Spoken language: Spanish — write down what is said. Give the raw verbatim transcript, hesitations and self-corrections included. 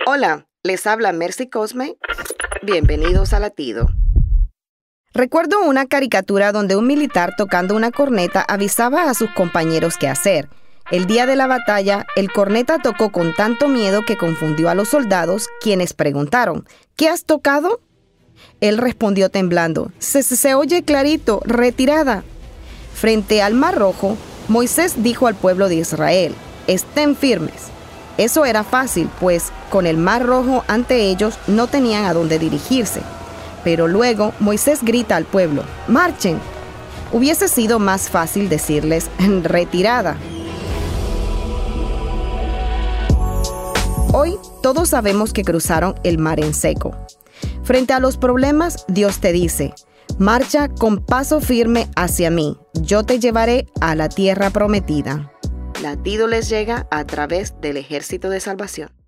Hola, les habla Mercy Cosme. Bienvenidos a Latido. Recuerdo una caricatura donde un militar tocando una corneta avisaba a sus compañeros qué hacer. El día de la batalla, el corneta tocó con tanto miedo que confundió a los soldados, quienes preguntaron, ¿qué has tocado? Él respondió temblando, se, se, se oye clarito, retirada. Frente al Mar Rojo, Moisés dijo al pueblo de Israel, estén firmes. Eso era fácil, pues con el Mar Rojo ante ellos no tenían a dónde dirigirse. Pero luego Moisés grita al pueblo, ¡marchen! Hubiese sido más fácil decirles, retirada. Hoy todos sabemos que cruzaron el mar en seco. Frente a los problemas, Dios te dice, marcha con paso firme hacia mí, yo te llevaré a la tierra prometida. Latido les llega a través del Ejército de Salvación.